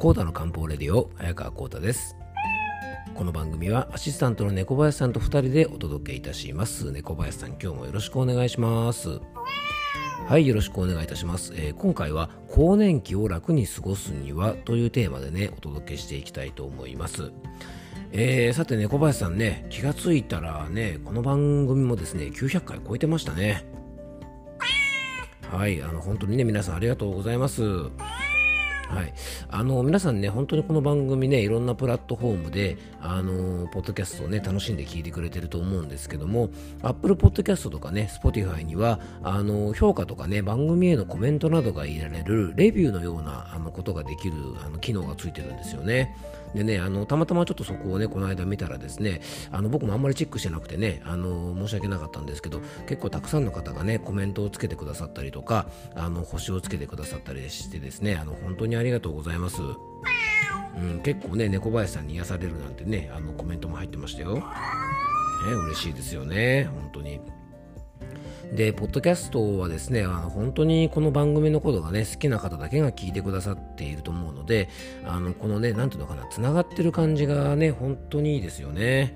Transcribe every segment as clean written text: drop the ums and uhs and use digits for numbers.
コータの漢方レディオ、早川コータです。この番組はアシスタントの猫林さんと2人でお届けいたします。猫林さん、今日もよろしくお願いします。はい、よろしくお願いいたします。今回は更年期を楽に過ごすにはというテーマでね、お届けしていきたいと思います。さて猫林さんね、気がついたらね、この番組もですね900回超えてましたね。はい、本当にね皆さんありがとうございます。はい、皆さんね、本当にこの番組ね、いろんなプラットフォームで、ポッドキャストをね、楽しんで聞いてくれてると思うんですけども、Apple Podcast とかね、Spotify には、評価とかね、番組へのコメントなどが入れられる、レビューのような、ことができる、機能がついてるんですよね。でね、たまたまちょっとそこをね、この間見たらですね、僕もあんまりチェックしてなくてね、申し訳なかったんですけど、結構たくさんの方がね、コメントをつけてくださったりとか、星をつけてくださったりしてですね、本当にありがとうございます。結構ね、猫林さんに癒されるなんてね、コメントも入ってましたよ。嬉しいですよね、本当に。で、ポッドキャストはですね、本当にこの番組のことがね、好きな方だけが聞いてくださっていると思うので、このね、なんていうのかな、つながってる感じがね、本当にいいですよね。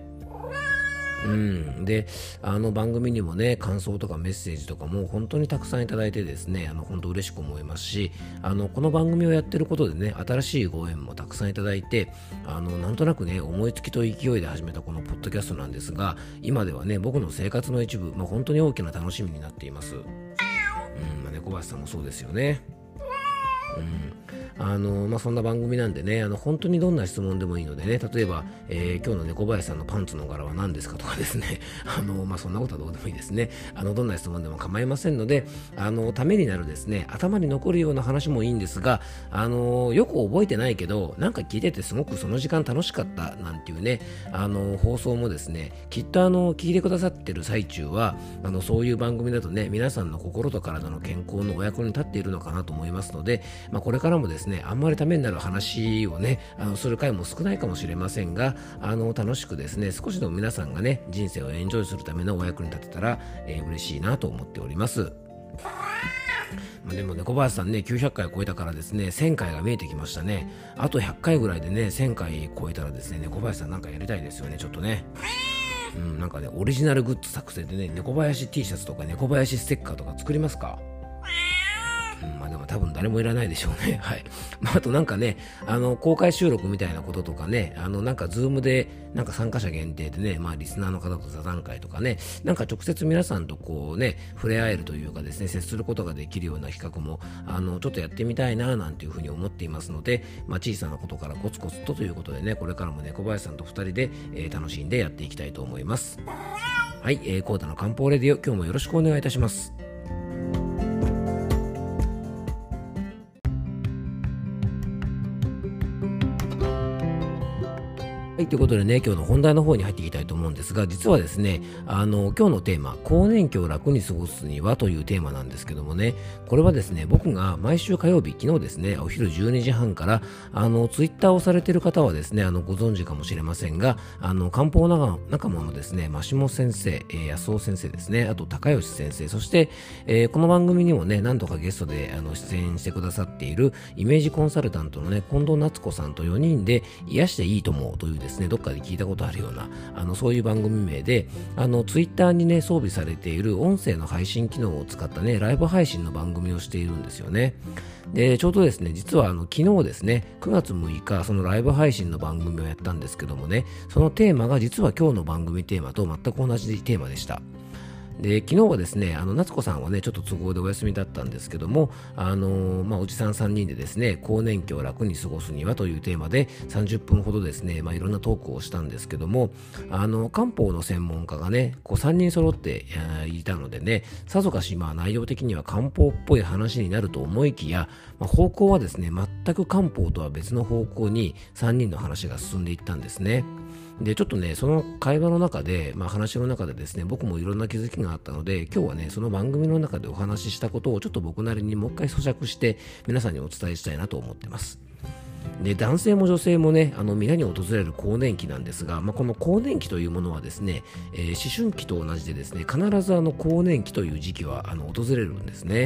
で、番組にもね、感想とかメッセージとかも本当にたくさんいただいてですね、本当嬉しく思いますし、この番組をやってることでね、新しいご縁もたくさんいただいて、なんとなくね、思いつきと勢いで始めたこのポッドキャストなんですが、今ではね、僕の生活の一部、本当に大きな楽しみになっています。猫林さんもそうですよね。そんな番組なんでね、本当にどんな質問でもいいのでね、例えば、今日の猫林さんのパンツの柄は何ですかとかですね、そんなことはどうでもいいですね。どんな質問でも構いませんので、ためになるですね、頭に残るような話もいいんですが、よく覚えてないけど、なんか聞いててすごくその時間楽しかったなんていうね、放送もですね、きっと聞いてくださってる最中は、そういう番組だとね、皆さんの心と体の健康のお役に立っているのかなと思いますので、これからもですね、あんまりためになる話をね、する回も少ないかもしれませんが、楽しくですね、少しでも皆さんがね、人生をエンジョイするためのお役に立てたら、嬉しいなと思っております。でも猫林さんね、900回超えたからですね、1000回が見えてきましたね。あと100回ぐらいでね、1000回超えたらですね、猫林さんなんかやりたいですよね、ちょっとね。なんかね、オリジナルグッズ作成でね、猫林 T シャツとか猫林ステッカーとか作りますか？でも多分誰もいらないでしょうね。はい。あとなんかね、公開収録みたいなこととかね、なんかズームで、なんか参加者限定でね、リスナーの方と座談会とかね、なんか直接皆さんとこうね、触れ合えるというかですね、接することができるような企画も、ちょっとやってみたいな、なんていうふうに思っていますので、小さなことからコツコツということでね、これからも猫林さんと2人で、楽しんでやっていきたいと思います。はい、コータの漢方レディオ、今日もよろしくお願いいたします。はい、ということでね、今日の本題の方に入っていきたいと思うんですが、実はですね、今日のテーマ、更年期を楽に過ごすにはというテーマなんですけどもね、これはですね、僕が毎週火曜日、昨日ですね、お昼12時半から、ツイッターをされている方はですね、ご存知かもしれませんが、漢方仲間のですね、マシモ先生、安尾先生ですね、あと高吉先生、そして、この番組にもね、何度かゲストで出演してくださっているイメージコンサルタントのね、近藤夏子さんと4人で癒していいと思うというですね、どっかで聞いたことあるようなそういう番組名でツイッターにね装備されている音声の配信機能を使ったねライブ配信の番組をしているんですよね。でちょうどですね、実は昨日ですね、9月6日そのライブ配信の番組をやったんですけどもね、そのテーマが実は今日の番組テーマと全く同じテーマでした。で昨日はですね、夏子さんはねちょっと都合でお休みだったんですけども、おじさん3人でですね、更年期を楽に過ごすにはというテーマで30分ほどですね、いろんなトークをしたんですけども、漢方の専門家がねこう3人揃っていたのでね、さぞかし内容的には漢方っぽい話になると思いきや、方向はですね全く漢方とは別の方向に3人の話が進んでいったんですね。でちょっとねその会話の中で、話の中でですね、僕もいろんな気づきがあったので、今日はねその番組の中でお話ししたことをちょっと僕なりにもう一回咀嚼して皆さんにお伝えしたいなと思ってます。で男性も女性もね皆に訪れる更年期なんですが、この更年期というものはですね、思春期と同じでですね、必ず更年期という時期は訪れるんですね。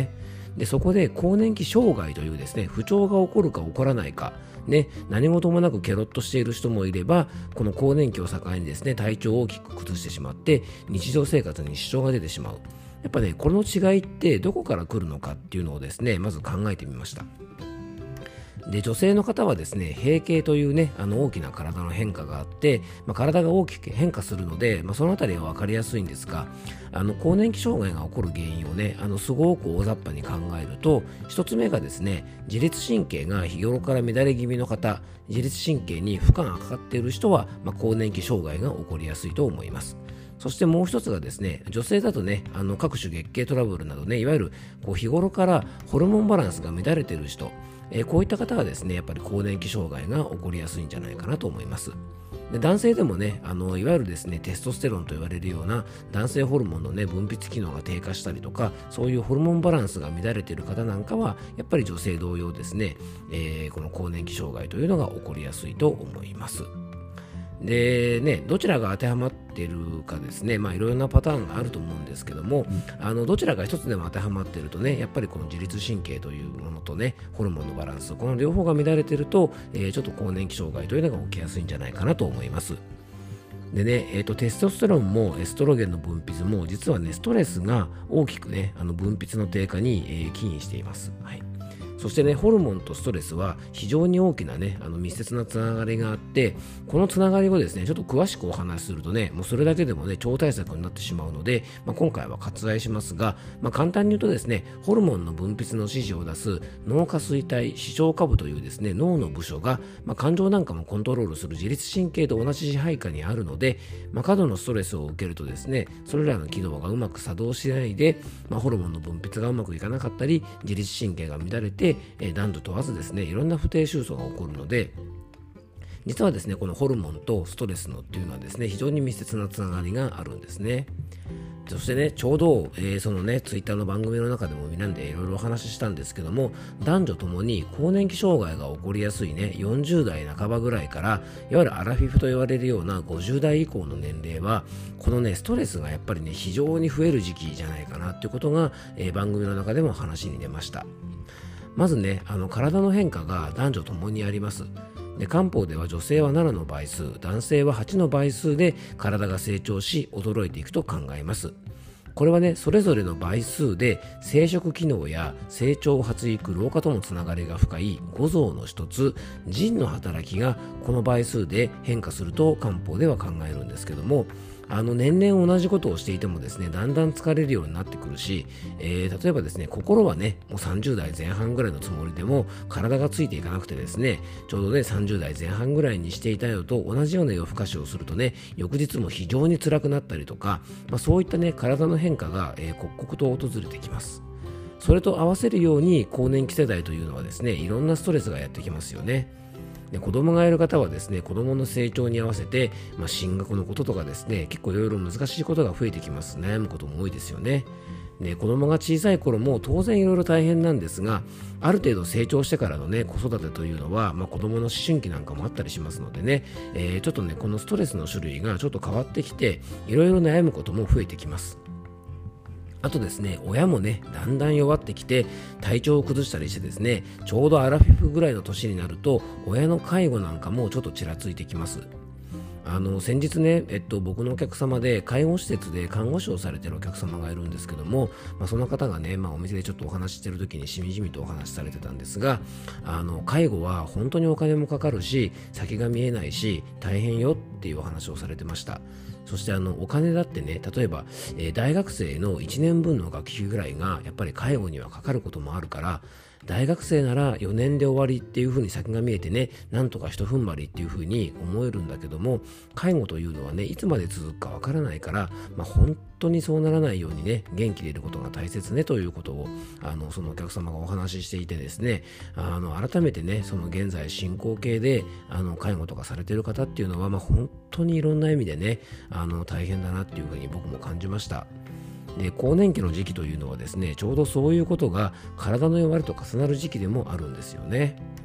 でそこで更年期障害というですね不調が起こるか起こらないか何事もなくケロッとしている人もいれば、この更年期を境にですね体調を大きく崩してしまって日常生活に支障が出てしまう。やっぱね、この違いってどこから来るのかっていうのをですねまず考えてみました。で女性の方はですね閉経というね大きな体の変化があって、体が大きく変化するので、そのあたりは分かりやすいんですが、更年期障害が起こる原因をねすごく大雑把に考えると、一つ目がですね自律神経が日頃から乱れ気味の方、自律神経に負荷がかかっている人は、更年期障害が起こりやすいと思います。そしてもう一つがですね、女性だとね各種月経トラブルなどね、いわゆる日頃からホルモンバランスが乱れている人、こういった方はですねやっぱり更年期障害が起こりやすいんじゃないかなと思います。で男性でもねいわゆるですねテストステロンと言われるような男性ホルモンのね分泌機能が低下したりとか、そういうホルモンバランスが乱れている方なんかはやっぱり女性同様ですね、この更年期障害というのが起こりやすいと思います。でね、どちらが当てはまっているかですね、いろいろなパターンがあると思うんですけども、どちらが一つでも当てはまっているとね、やっぱりこの自律神経というものとねホルモンのバランス、この両方が乱れていると、ちょっと更年期障害というのが起きやすいんじゃないかなと思います。でね、テストステロンもエストロゲンの分泌も実はねストレスが大きくね分泌の低下に、起因しています。はい。そしてね、ホルモンとストレスは非常に大きなね密接なつながりがあって、このつながりをですねちょっと詳しくお話しするとね、もうそれだけでもね超大作になってしまうので、今回は割愛しますが、簡単に言うとですね、ホルモンの分泌の指示を出す脳下垂体視床下部というですね脳の部署が、感情なんかもコントロールする自律神経と同じ支配下にあるので、過度のストレスを受けるとですね、それらの機能がうまく作動しないで、ホルモンの分泌がうまくいかなかったり、自律神経が乱れて、男女問わずですねいろんな不定収束が起こるので、実はですねこのホルモンとストレスのっていうのはですね非常に密接なつながりがあるんですね。そしてね、ちょうど、そのねツイッターの番組の中でもみんなでいろいろお話ししたんですけども、男女ともに更年期障害が起こりやすいね40代半ばぐらいから、いわゆるアラフィフと言われるような50代以降の年齢は、このねストレスがやっぱりね非常に増える時期じゃないかなっていうことが、番組の中でも話に出ました。まずね体の変化が男女ともにあります。で漢方では女性は7の倍数、男性は8の倍数で体が成長し衰えていくと考えます。これはねそれぞれの倍数で生殖機能や成長発育老化とのつながりが深い五臓の一つ腎の働きがこの倍数で変化すると漢方では考えるんですけども、年々同じことをしていてもですねだんだん疲れるようになってくるし、例えばですね心はねもう30代前半ぐらいのつもりでも体がついていかなくてですね、ちょうどね30代前半ぐらいにしていたよと同じような夜更かしをするとね翌日も非常に辛くなったりとか、そういったね体の変化が、刻々と訪れてきます。それと合わせるように更年期世代というのはですねいろんなストレスがやってきますよね。で子供がいる方はですね子供の成長に合わせて、進学のこととかですね結構いろいろ難しいことが増えてきます。悩むことも多いですよね。で子供が小さい頃も当然いろいろ大変なんですが、ある程度成長してからのね子育てというのは、子供の思春期なんかもあったりしますのでね、ちょっとねこのストレスの種類がちょっと変わってきていろいろ悩むことも増えてきます。あとですね、親もね、だんだん弱ってきて体調を崩したりしてですね、ちょうどアラフィフぐらいの年になると親の介護なんかもちょっとちらついてきます。先日ね、僕のお客様で介護施設で看護師をされているお客様がいるんですけども、その方がね、お店でちょっとお話ししてる時にしみじみとお話しされてたんですが、介護は本当にお金もかかるし先が見えないし大変よっていうお話をされてました。そしてお金だってね、例えば、大学生の1年分の学費ぐらいがやっぱり介護にはかかることもあるから、大学生なら4年で終わりっていう風に先が見えてね、なんとか一踏ん張りっていう風に思えるんだけども、介護というのはねいつまで続くかわからないから、本当にそうならないようにね元気でいることが大切ねということをそのお客様がお話ししていてですね、改めてねその現在進行形で介護とかされている方っていうのは、本当にいろんな意味でね大変だなっていう風に僕も感じました。で更年期の時期というのはですねちょうどそういうことが体の弱りと重なる時期でもあるんですよね。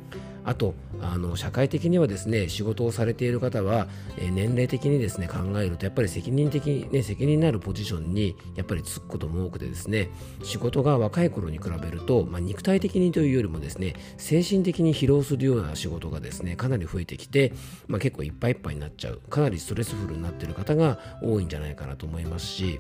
あと社会的にはですね、仕事をされている方は、年齢的にですね考えるとやっぱり責任のあるポジションにやっぱりつくことも多くてですね、仕事が若い頃に比べると、肉体的にというよりもですね、精神的に疲労するような仕事がですねかなり増えてきて、結構いっぱいいっぱいになっちゃう、かなりストレスフルになっている方が多いんじゃないかなと思いますし、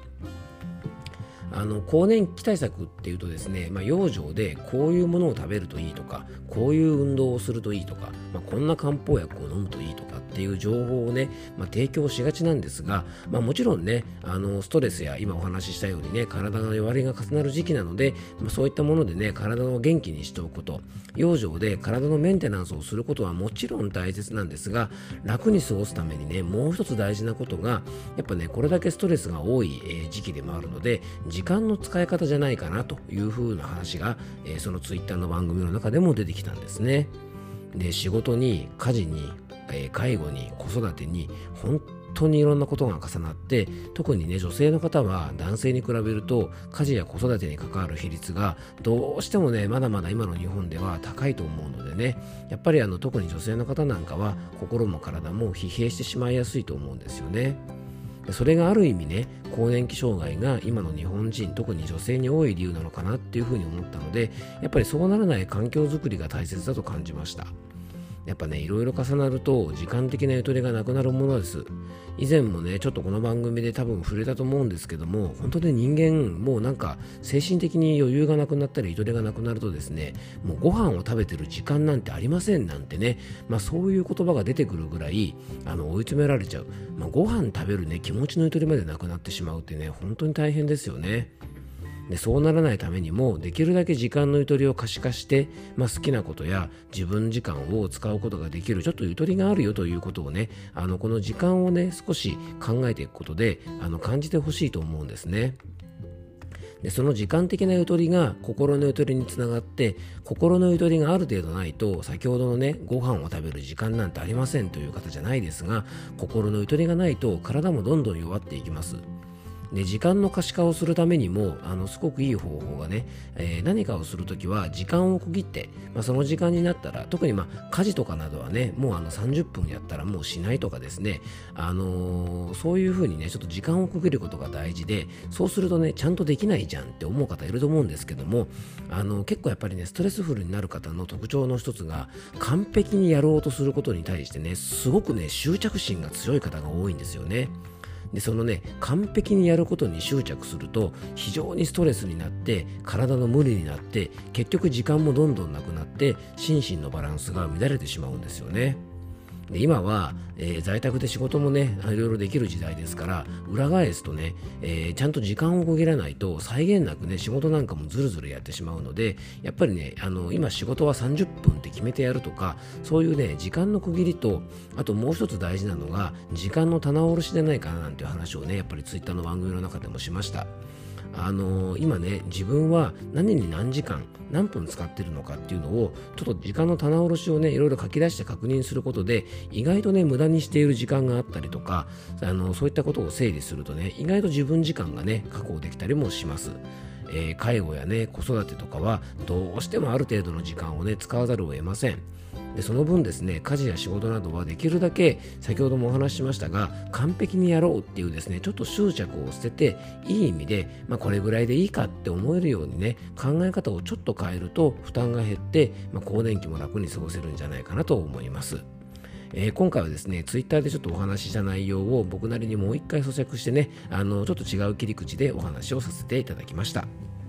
更年期対策っていうとですね、養生でこういうものを食べるといいとか、こういう運動をするといいとか、こんな漢方薬を飲むといいとかっていう情報をね、提供しがちなんですが、もちろんね、ストレスや今お話ししたようにね、体の弱りが重なる時期なので、そういったものでね、体を元気にしておくこと、養生で体のメンテナンスをすることはもちろん大切なんですが、楽に過ごすためにね、もう一つ大事なことが、やっぱね、これだけストレスが多い時期でもあるので、時間の使い方じゃないかなという風な話が、そのツイッターの番組の中でも出てきたんですね。で、仕事に家事に、介護に子育てに本当にいろんなことが重なって、特にね女性の方は男性に比べると家事や子育てに関わる比率がどうしてもねまだまだ今の日本では高いと思うのでね、やっぱり特に女性の方なんかは心も体も疲弊してしまいやすいと思うんですよね。それがある意味ね、更年期障害が今の日本人、特に女性に多い理由なのかなっていうふうに思ったので、やっぱりそうならない環境づくりが大切だと感じました。やっぱね、いろいろ重なると時間的なゆとりがなくなるものです。以前もねちょっとこの番組で多分触れたと思うんですけども、本当に人間もうなんか精神的に余裕がなくなったりゆとりがなくなるとですね、もうご飯を食べてる時間なんてありませんなんてね、そういう言葉が出てくるぐらい追い詰められちゃう、ご飯食べるね気持ちのゆとりまでなくなってしまうってね、本当に大変ですよね。でそうならないためにもできるだけ時間のゆとりを可視化して、好きなことや自分時間を使うことができるちょっとゆとりがあるよということをね、この時間をね少し考えていくことで感じてほしいと思うんですね。でその時間的なゆとりが心のゆとりにつながって、心のゆとりがある程度ないと先ほどのねご飯を食べる時間なんてありませんという方じゃないですが、心のゆとりがないと体もどんどん弱っていきます。で時間の可視化をするためにもすごくいい方法がね、何かをするときは時間を区切って、その時間になったら特に家事とかなどはねもう30分やったらもうしないとかですね、そういう風にねちょっと時間を区切ることが大事で、そうするとねちゃんとできないじゃんって思う方いると思うんですけども、結構やっぱりねストレスフルになる方の特徴の一つが完璧にやろうとすることに対してねすごくね執着心が強い方が多いんですよね。でそのね完璧にやることに執着すると非常にストレスになって体の無理になって、結局時間もどんどんなくなって心身のバランスが乱れてしまうんですよね。で今は、在宅で仕事もねいろいろできる時代ですから、裏返すとね、ちゃんと時間を区切らないと際限なくね仕事なんかもずるずるやってしまうので、やっぱりね今仕事は30分って決めてやるとか、そういうね時間の区切りと、あともう一つ大事なのが時間の棚卸しじゃないかななんていう話をねやっぱりツイッターの番組の中でもしました。今ね自分は何に何時間何分使ってるのかっていうのをちょっと時間の棚卸しをねいろいろ書き出して確認することで、意外とね無駄にしている時間があったりとか、そういったことを整理するとね意外と自分時間がね確保できたりもします。介護やね子育てとかはどうしてもある程度の時間をね使わざるを得ません。でその分ですね家事や仕事などはできるだけ先ほどもお話ししましたが完璧にやろうっていうですねちょっと執着を捨てて、いい意味で、これぐらいでいいかって思えるようにね考え方をちょっと変えると負担が減って、更年期も楽に過ごせるんじゃないかなと思います。今回はですねツイッターでちょっとお話しした内容を僕なりにもう一回咀嚼してねちょっと違う切り口でお話をさせていただきました。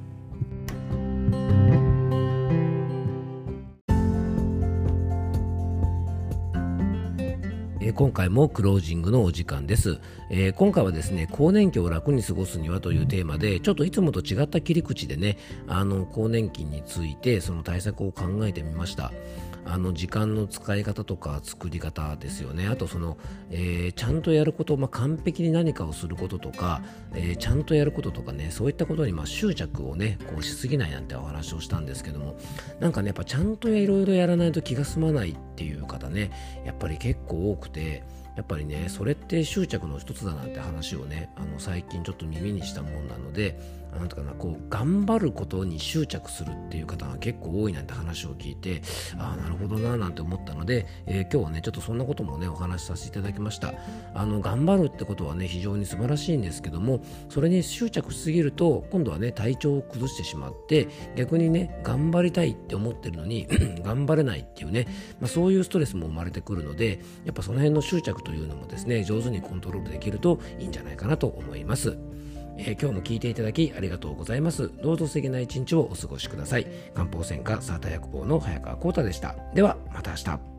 今回もクロージングのお時間です。今回はですね更年期を楽に過ごすにはというテーマで、ちょっといつもと違った切り口でね更年期についてその対策を考えてみました。時間の使い方とか作り方ですよね。あとちゃんとやること、完璧に何かをすることとか、ちゃんとやることとかね、そういったことに執着をねしすぎないなんてお話をしたんですけども、なんかねやっぱちゃんといろいろやらないと気が済まないっていう方ねやっぱり結構多くて、やっぱりねそれって執着の一つだなんて話をね最近ちょっと耳にしたもんなので、 なんとかな、こう頑張ることに執着するっていう方が結構多いなんて話を聞いて、なるほどななんて思ったので、今日はねちょっとそんなこともねお話しさせていただきました。頑張るってことはね非常に素晴らしいんですけども、それに執着しすぎると今度はね体調を崩してしまって、逆にね頑張りたいって思ってるのに頑張れないっていうね、そういうストレスも生まれてくるので、やっぱその辺の執着というのもですね上手にコントロールできるといいんじゃないかなと思います。今日も聞いていただきありがとうございます。どうぞ素敵な一日をお過ごしください。漢方専科サーター薬房の早川浩太でした。ではまた明日。